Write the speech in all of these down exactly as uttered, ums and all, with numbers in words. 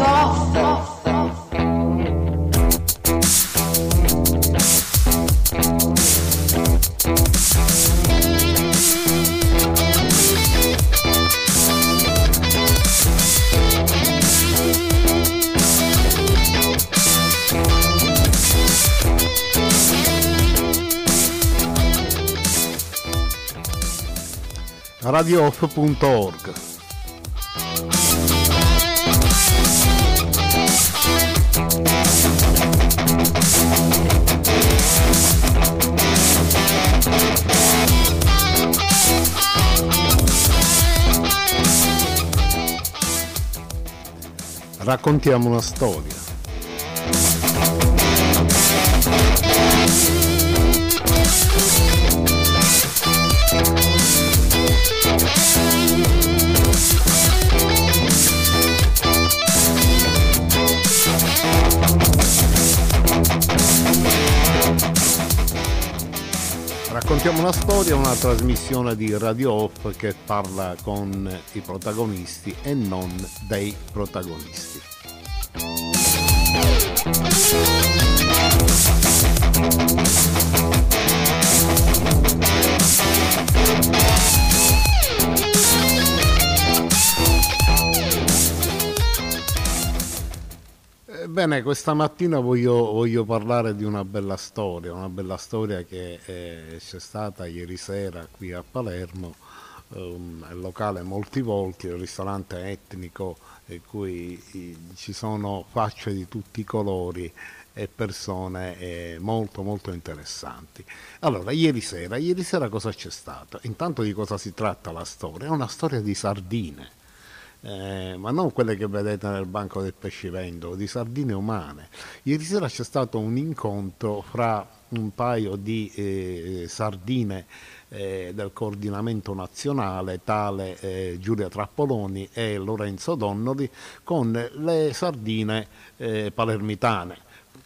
Off. radio off punto org. Raccontiamo una storia. Raccontiamo una storia, una trasmissione di Radio Off che parla con i protagonisti e non dei protagonisti. Bene, questa mattina voglio, voglio parlare di una bella storia, una bella storia che eh, c'è stata ieri sera qui a Palermo, um, il locale Molti Volti, il ristorante etnico in cui i, ci sono facce di tutti i colori e persone eh, molto molto interessanti. Allora, ieri sera, ieri sera cosa c'è stato? Intanto di cosa si tratta la storia? È una storia di sardine. Eh, ma non quelle che vedete nel banco del pescivendolo, di sardine umane. Ieri sera c'è stato un incontro fra un paio di eh, sardine eh, del coordinamento nazionale, tale eh, Giulia Trappoloni e Lorenzo Donnoli, con le sardine eh, palermitane.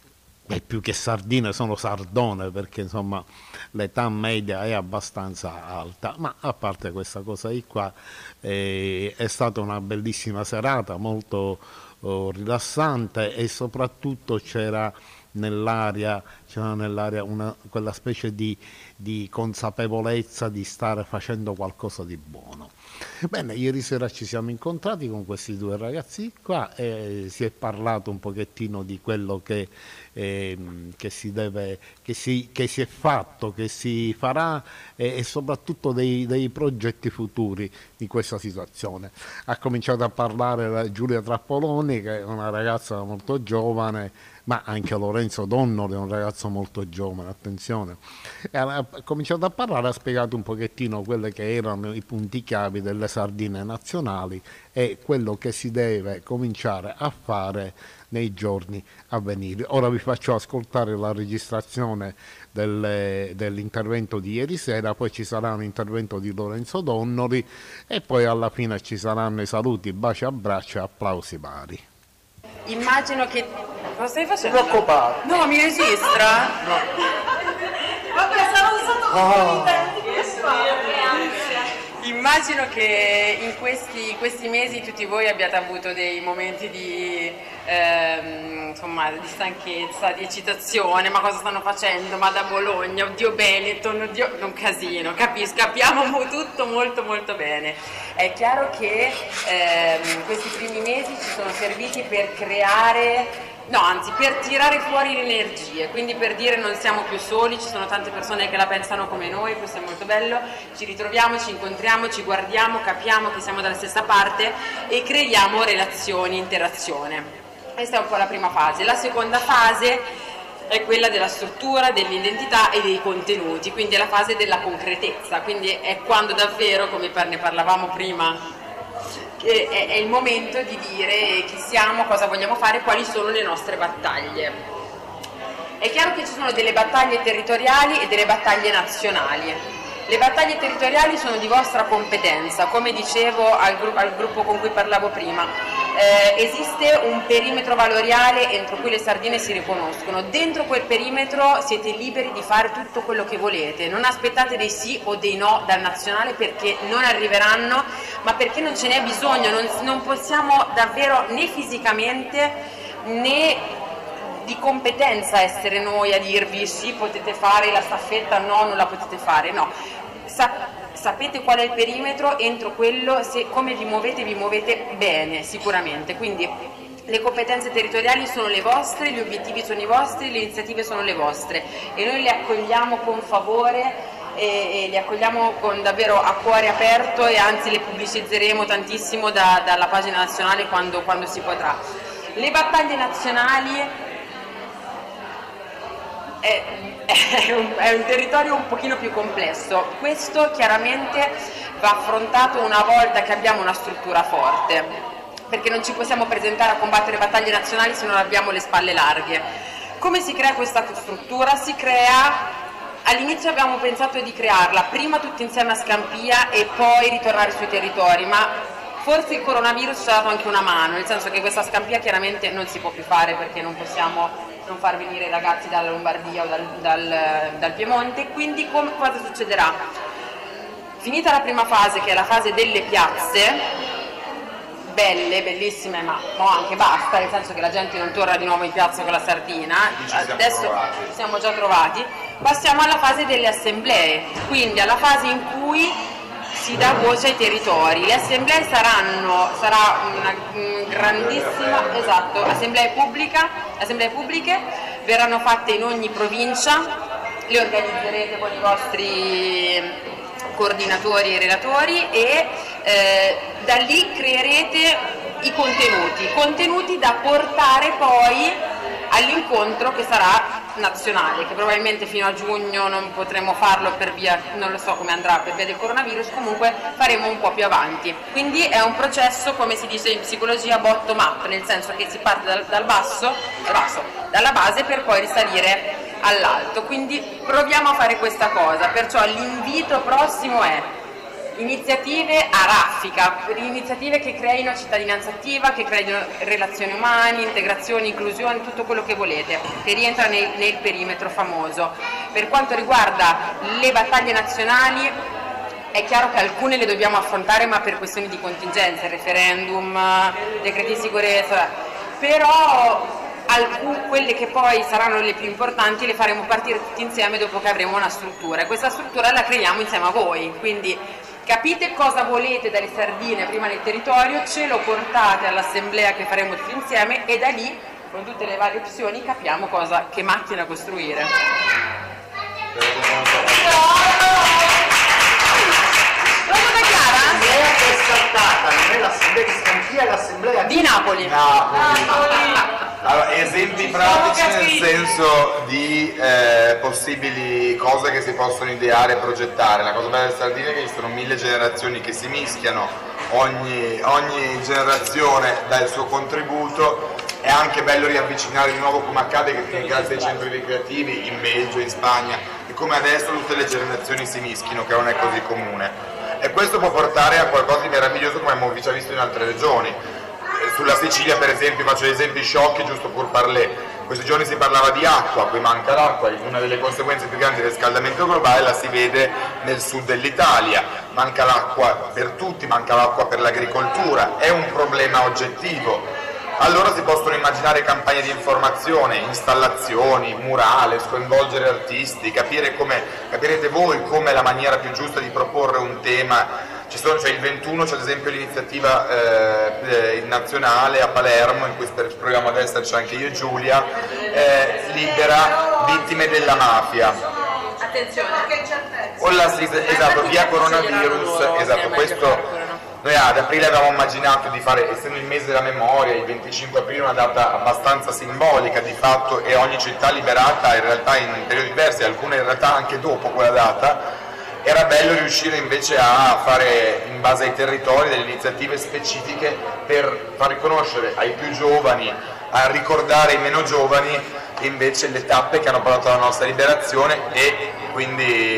E più che sardine sono sardone, perché insomma l'età media è abbastanza alta, ma a parte questa cosa di qua eh, è stata una bellissima serata, molto oh, rilassante, e soprattutto c'era nell'aria, c'era nell'aria una, quella specie di, di consapevolezza di stare facendo qualcosa di buono. Bene, ieri sera ci siamo incontrati con questi due ragazzi qua e si è parlato un pochettino di quello che, eh, che si deve, che si, che si è fatto, che si farà e, e soprattutto dei, dei progetti futuri di questa situazione. Ha cominciato a parlare la Giulia Trappoloni, che è una ragazza molto giovane, ma anche Lorenzo Donnoli è un ragazzo molto giovane, attenzione. Ha cominciato a parlare, ha spiegato un pochettino quelli che erano i punti chiavi delle sardine nazionali e quello che si deve cominciare a fare nei giorni a venire. Ora vi faccio ascoltare la registrazione del, dell'intervento di ieri sera, poi ci sarà un intervento di Lorenzo Donnoli e poi alla fine ci saranno i saluti, baci, abbracci e applausi vari. Immagino che... Cosa stai facendo? Non preoccupare. No, mi registra? No. Vabbè, sarà usato Oh. Immagino che in questi, questi mesi tutti voi abbiate avuto dei momenti di, ehm, insomma, di stanchezza, di eccitazione, ma cosa stanno facendo? Ma da Bologna, oddio Benetton, oddio, un casino, capisco, capiamo tutto molto molto bene. È chiaro che ehm, questi primi mesi ci sono serviti per creare... No, anzi, per tirare fuori le energie, quindi per dire non siamo più soli, ci sono tante persone che la pensano come noi, questo è molto bello, ci ritroviamo, ci incontriamo, ci guardiamo, capiamo che siamo dalla stessa parte e creiamo relazioni, interazione. Questa è un po' la prima fase. La seconda fase è quella della struttura, dell'identità e dei contenuti, quindi è la fase della concretezza, quindi è quando davvero, come ne parlavamo prima, che è il momento di dire chi siamo, cosa vogliamo fare, quali sono le nostre battaglie. È chiaro che ci sono delle battaglie territoriali e delle battaglie nazionali. Le battaglie territoriali sono di vostra competenza, come dicevo al, gru- al gruppo con cui parlavo prima. eh, esiste un perimetro valoriale entro cui le sardine si riconoscono. Dentro quel perimetro siete liberi di fare tutto quello che volete, non aspettate dei sì o dei no dal nazionale, perché non arriveranno, ma perché non ce n'è bisogno, non, non possiamo davvero né fisicamente né di competenza essere noi a dirvi sì, potete fare la staffetta, no, non la potete fare, no. Sa- sapete qual è il perimetro, entro quello, se, come vi muovete, vi muovete bene, sicuramente. Quindi le competenze territoriali sono le vostre, gli obiettivi sono i vostri, le iniziative sono le vostre e noi le accogliamo con favore e, e le accogliamo con davvero a cuore aperto, e anzi le pubblicizzeremo tantissimo da, dalla pagina nazionale quando, quando si potrà. Le battaglie nazionali È, è, un, è un territorio un pochino più complesso. Questo chiaramente va affrontato una volta che abbiamo una struttura forte, perché non ci possiamo presentare a combattere battaglie nazionali se non abbiamo le spalle larghe. Come si crea questa struttura? Si crea, all'inizio abbiamo pensato di crearla prima tutti insieme a Scampia e poi ritornare sui territori, ma forse il coronavirus ci ha dato anche una mano, nel senso che questa Scampia chiaramente non si può più fare, perché non possiamo non far venire i ragazzi dalla Lombardia o dal, dal, dal Piemonte. Quindi com- cosa succederà? Finita la prima fase, che è la fase delle piazze, belle, bellissime, ma no, anche basta, nel senso che la gente non torna di nuovo in piazza con la sardina, adesso ci siamo già trovati, passiamo alla fase delle assemblee, quindi alla fase in cui si dà voce ai territori. Le assemblee saranno, sarà una grandissima, esatto, assemblee pubblica, assemblee pubbliche, verranno fatte in ogni provincia, le organizzerete con i vostri coordinatori e relatori e eh, da lì creerete i contenuti, contenuti da portare poi all'incontro che sarà nazionale, che probabilmente fino a giugno non potremo farlo per via, non lo so come andrà per via del coronavirus, comunque faremo un po' più avanti. Quindi è un processo, come si dice in psicologia, bottom up, nel senso che si parte dal, dal basso, dal basso, dalla base per poi risalire all'alto. Quindi proviamo a fare questa cosa, perciò l'invito prossimo è iniziative a raffica, iniziative che creino cittadinanza attiva, che creino relazioni umane, integrazione, inclusione, tutto quello che volete, che rientra nel, nel perimetro famoso. Per quanto riguarda le battaglie nazionali, è chiaro che alcune le dobbiamo affrontare, ma per questioni di contingenza, referendum, decreti di sicurezza, però alcune, quelle che poi saranno le più importanti, le faremo partire tutti insieme dopo che avremo una struttura, e questa struttura la creiamo insieme a voi, quindi capite cosa volete dalle sardine prima nel territorio, ce lo portate all'assemblea che faremo tutti insieme e da lì, con tutte le varie opzioni, capiamo cosa, che macchina costruire. Pronta Chiara? L'assemblea che è saltata, non è l'assemblea di Scampia, è l'assemblea Di Napoli. Napoli. Allora, esempi pratici nel senso di eh, possibili cose che si possono ideare e progettare. La cosa bella delle sardine è che ci sono mille generazioni che si mischiano, ogni, ogni generazione dà il suo contributo. È anche bello riavvicinare di nuovo, come accade che grazie ai centri ricreativi in Belgio, in Spagna, e come adesso tutte le generazioni si mischino, che non è così comune. E questo può portare a qualcosa di meraviglioso, come abbiamo già visto in altre regioni. Sulla Sicilia, per esempio, faccio esempi sciocchi giusto per parler. Questi giorni si parlava di acqua, qui manca l'acqua, una delle conseguenze più grandi del riscaldamento globale la si vede nel sud dell'Italia, manca l'acqua per tutti, manca l'acqua per l'agricoltura, è un problema oggettivo. Allora si possono immaginare campagne di informazione, installazioni, murales, coinvolgere artisti, capire come, capirete voi come è la maniera più giusta di proporre un tema. Ci sono, cioè il ventuno c'è ad esempio l'iniziativa eh, nazionale a Palermo, in cui proviamo ad esserci anche io e Giulia, eh, libera vittime della mafia. Attenzione. O la, esatto, via coronavirus, esatto, questo noi ad aprile avevamo immaginato di fare, essendo il mese della memoria, il venticinque aprile, una data abbastanza simbolica di fatto, e ogni città liberata in realtà in periodi diversi, alcune in realtà anche dopo quella data. Era bello riuscire invece a fare, in base ai territori, delle iniziative specifiche per far riconoscere ai più giovani, a ricordare ai meno giovani invece le tappe che hanno portato alla nostra liberazione, e quindi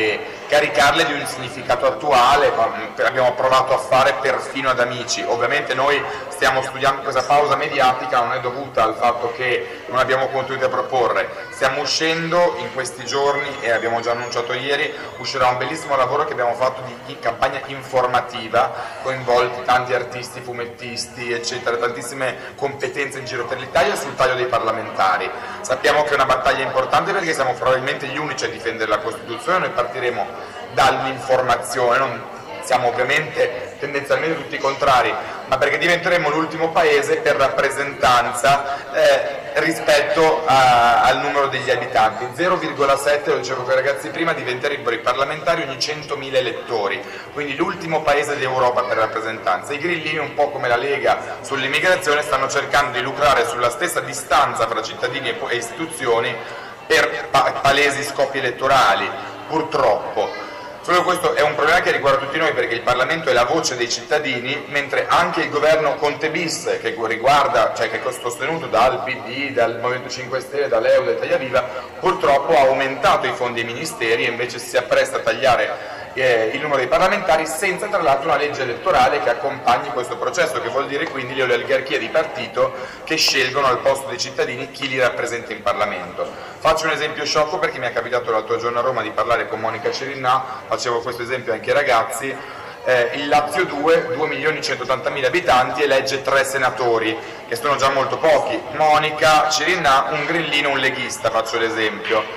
caricarle di un significato attuale, abbiamo provato a fare perfino ad amici. Ovviamente noi stiamo studiando, questa pausa mediatica non è dovuta al fatto che non abbiamo contenuti a proporre, stiamo uscendo in questi giorni, e abbiamo già annunciato ieri, uscirà un bellissimo lavoro che abbiamo fatto di, di campagna informativa, coinvolti tanti artisti, fumettisti, eccetera, tantissime competenze in giro per l'Italia sul taglio dei parlamentari. Sappiamo che è una battaglia importante perché siamo probabilmente gli unici a difendere la Costituzione. Noi partiremo dall'informazione, non siamo ovviamente tendenzialmente tutti contrari, ma perché diventeremo l'ultimo paese per rappresentanza eh, rispetto a, al numero degli abitanti. zero virgola sette, lo dicevo con i ragazzi prima, diventerebbero i parlamentari ogni centomila elettori, quindi l'ultimo paese d'Europa per rappresentanza. I grillini, un po' come la Lega sull'immigrazione, stanno cercando di lucrare sulla stessa distanza fra cittadini e, e istituzioni per pa- palesi scopi elettorali, purtroppo. Solo questo è un problema che riguarda tutti noi, perché il Parlamento è la voce dei cittadini, mentre anche il governo Conte bis, che riguarda, cioè che è sostenuto dal P D, dal Movimento cinque Stelle, dall'E U, da Italia Viva, purtroppo ha aumentato i fondi ai ministeri e invece si appresta a tagliare eh, il numero dei parlamentari, senza tra l'altro una legge elettorale che accompagni questo processo, che vuol dire quindi le oligarchie di partito che scelgono al posto dei cittadini chi li rappresenta in Parlamento. Faccio un esempio sciocco perché mi è capitato l'altro giorno a Roma di parlare con Monica Cirinnà, facevo questo esempio anche ai ragazzi. Eh, il Lazio due, due milioni centottantamila abitanti, elegge tre senatori, che sono già molto pochi. Monica Cirinnà, un grillino, un leghista, faccio l'esempio.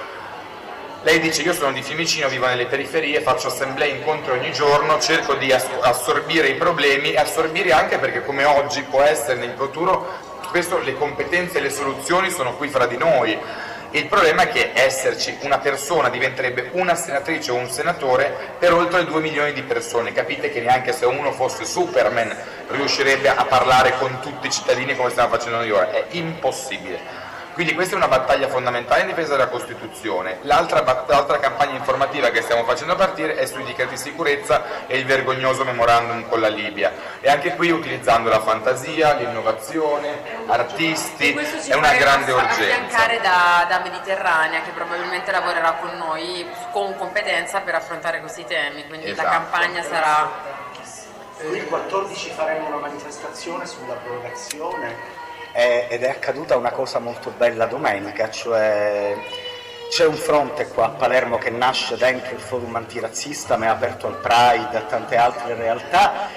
Lei dice: io sono di Fiumicino, vivo nelle periferie, faccio assemblee, incontri ogni giorno, cerco di assorbire i problemi e assorbire anche perché, come oggi può essere nel futuro, spesso le competenze e le soluzioni sono qui fra di noi. Il problema è che esserci una persona diventerebbe una senatrice o un senatore per oltre due milioni di persone. Capite che neanche se uno fosse Superman riuscirebbe a parlare con tutti i cittadini come stiamo facendo noi ora, è impossibile. Quindi questa è una battaglia fondamentale in difesa della Costituzione. L'altra, l'altra campagna informativa che stiamo facendo partire è sui decreti di sicurezza e il vergognoso memorandum con la Libia. E anche qui utilizzando la fantasia, l'innovazione, artisti, è una grande urgenza. Affiancare da, da Mediterranea, che probabilmente lavorerà con noi con competenza per affrontare questi temi, quindi esatto. La campagna sarà... Il quattordici faremo una manifestazione sull'abrogazione. Ed è accaduta una cosa molto bella domenica, cioè c'è un fronte qua a Palermo che nasce dentro il forum antirazzista, ma è aperto al Pride e a tante altre realtà,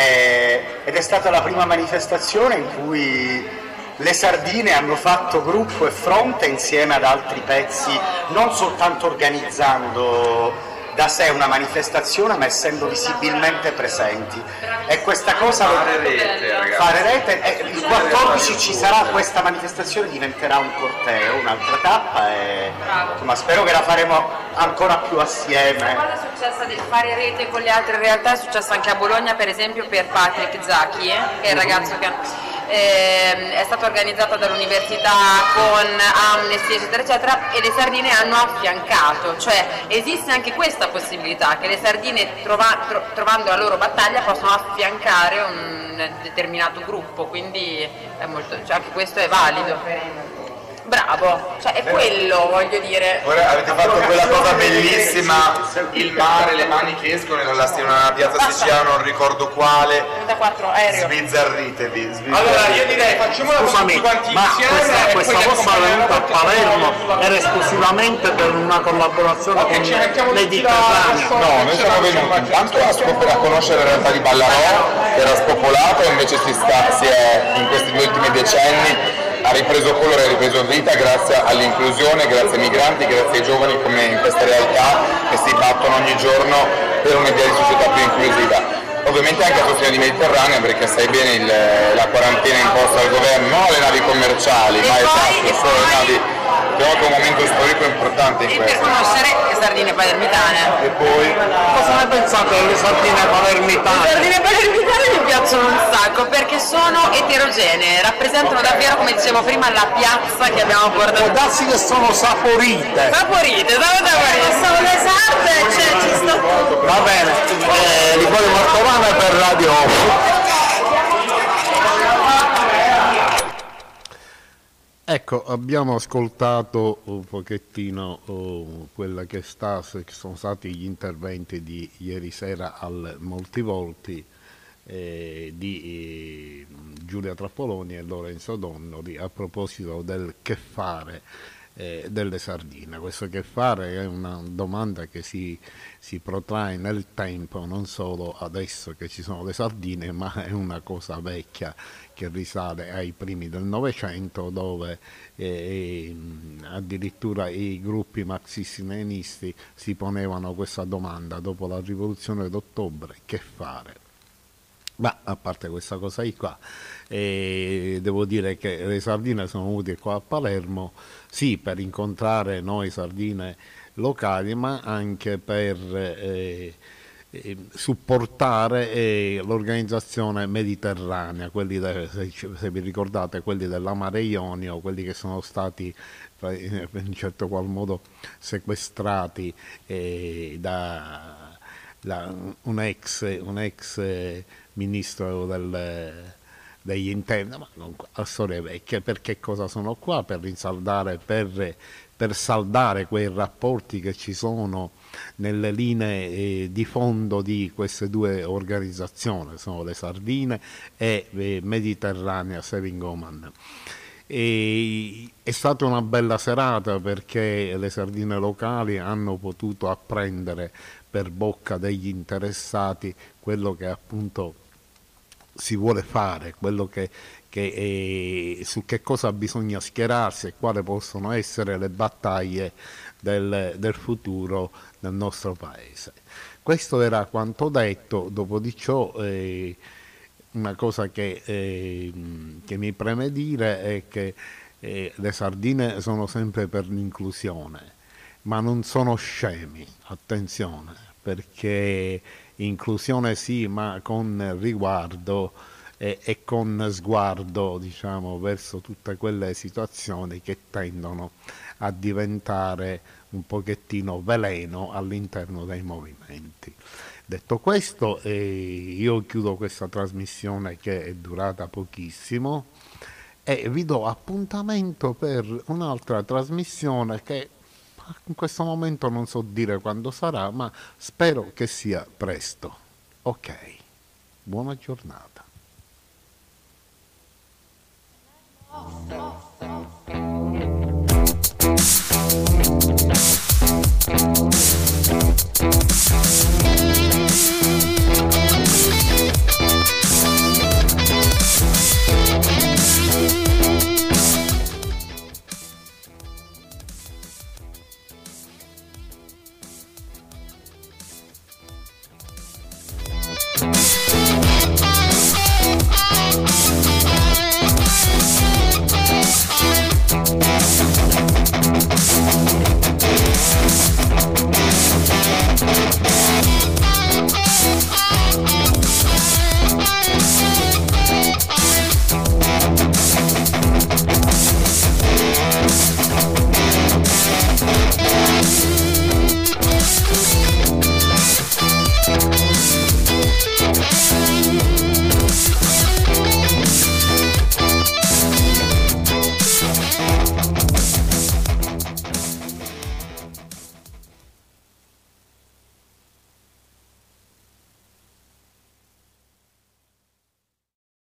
ed è stata la prima manifestazione in cui le sardine hanno fatto gruppo e fronte insieme ad altri pezzi, non soltanto organizzando da sé una manifestazione, ma essendo visibilmente presenti. E questa cosa fare rete, ragazzi. Fare rete eh, il quattordici ci sarà questa manifestazione, diventerà un corteo, un'altra tappa, e insomma, spero che la faremo ancora più assieme. La cosa è successa del fare rete con le altre realtà è successa anche a Bologna, per esempio per Patrick Zacchi, eh, che è il ragazzo che Eh, è stata organizzata dall'università con Amnesty eccetera eccetera, e le sardine hanno affiancato, cioè esiste anche questa possibilità che le sardine trova, tro, trovando la loro battaglia possono affiancare un determinato gruppo, quindi è molto, cioè anche questo è valido. Bravo, cioè è quello, voglio dire. Ora avete fatto quella cosa bellissima, il mare, le mani che escono in una piazza siciliana, non ricordo quale. trentaquattro aereo. Sbizzarritevi, sbizzarritevi. Allora io direi facciamola tutti quanti ma insieme. questa, e questa poi cosa venuta a Palermo era esclusivamente per una collaborazione okay, con ci mettiamo Mediterranea. No, noi siamo venuti intanto a, scop- a conoscere la realtà di Ballarò, che era spopolata e invece si, sta, si è in questi due ultimi decenni ha ripreso colore, ha ripreso vita grazie all'inclusione, grazie ai migranti, grazie ai giovani come in queste realtà che si battono ogni giorno per un'idea di società più inclusiva. Ovviamente anche a sostegno di Mediterranea, perché sai bene il, la quarantena imposta al governo, non alle navi commerciali, e ma poi, esatto, solo alle navi. Abbiamo che un momento storico importante in e questo. per conoscere le sardine palermitane. E poi Cosa ne pensate delle sardine Le palermitane? sardine palermitane mi piacciono un sacco perché sono eterogenee, rappresentano davvero, come dicevo prima, la piazza che abbiamo Può portato. darsi che sono saporite. Saporite, sono saporite. Sono le sarde, cioè ci sto tutto. Va bene, eh, Nicola Martovana per Radio Off. Ecco, abbiamo ascoltato un pochettino uh, quella che, sta, che sono stati gli interventi di ieri sera al Moltivolti eh, di eh, Giulia Trappoloni e Lorenzo Donnoli a proposito del che fare eh, delle sardine. Questo che fare è una domanda che si, si protrae nel tempo, non solo adesso che ci sono le sardine, ma è una cosa vecchia che risale ai primi del Novecento, dove eh, addirittura i gruppi marxisti-leninisti si ponevano questa domanda dopo la rivoluzione d'ottobre: che fare? Ma a parte questa cosa qua, eh, devo dire che le sardine sono venute qua a Palermo, sì, per incontrare noi sardine locali, ma anche per eh, eh, supportare eh, l'organizzazione mediterranea, quelli de, se, se vi ricordate, quelli della Mare Ionio, quelli che sono stati in un certo qual modo sequestrati eh, da la, un ex, un ex eh, ministro del, degli interni, ma comunque a storie vecchie. Perché cosa sono qua? Per rinsaldare, per, per saldare quei rapporti che ci sono nelle linee eh, di fondo di queste due organizzazioni, sono le Sardine e eh, Mediterranea Saving Oman. E è stata una bella serata perché le sardine locali hanno potuto apprendere per bocca degli interessati quello che appunto si vuole fare, quello che, che è, su che cosa bisogna schierarsi e quali possono essere le battaglie del, del futuro del nostro paese. Questo era quanto detto. Dopo di ciò eh, una cosa che, eh, che mi preme dire è che eh, le sardine sono sempre per l'inclusione, ma non sono scemi, attenzione, perché inclusione sì, ma con riguardo e, e con sguardo, diciamo, verso tutte quelle situazioni che tendono a diventare un pochettino veleno all'interno dei movimenti. Detto questo, eh, io chiudo questa trasmissione che è durata pochissimo e vi do appuntamento per un'altra trasmissione che in questo momento non so dire quando sarà, ma spero che sia presto. Ok, buona giornata. We'll be right back.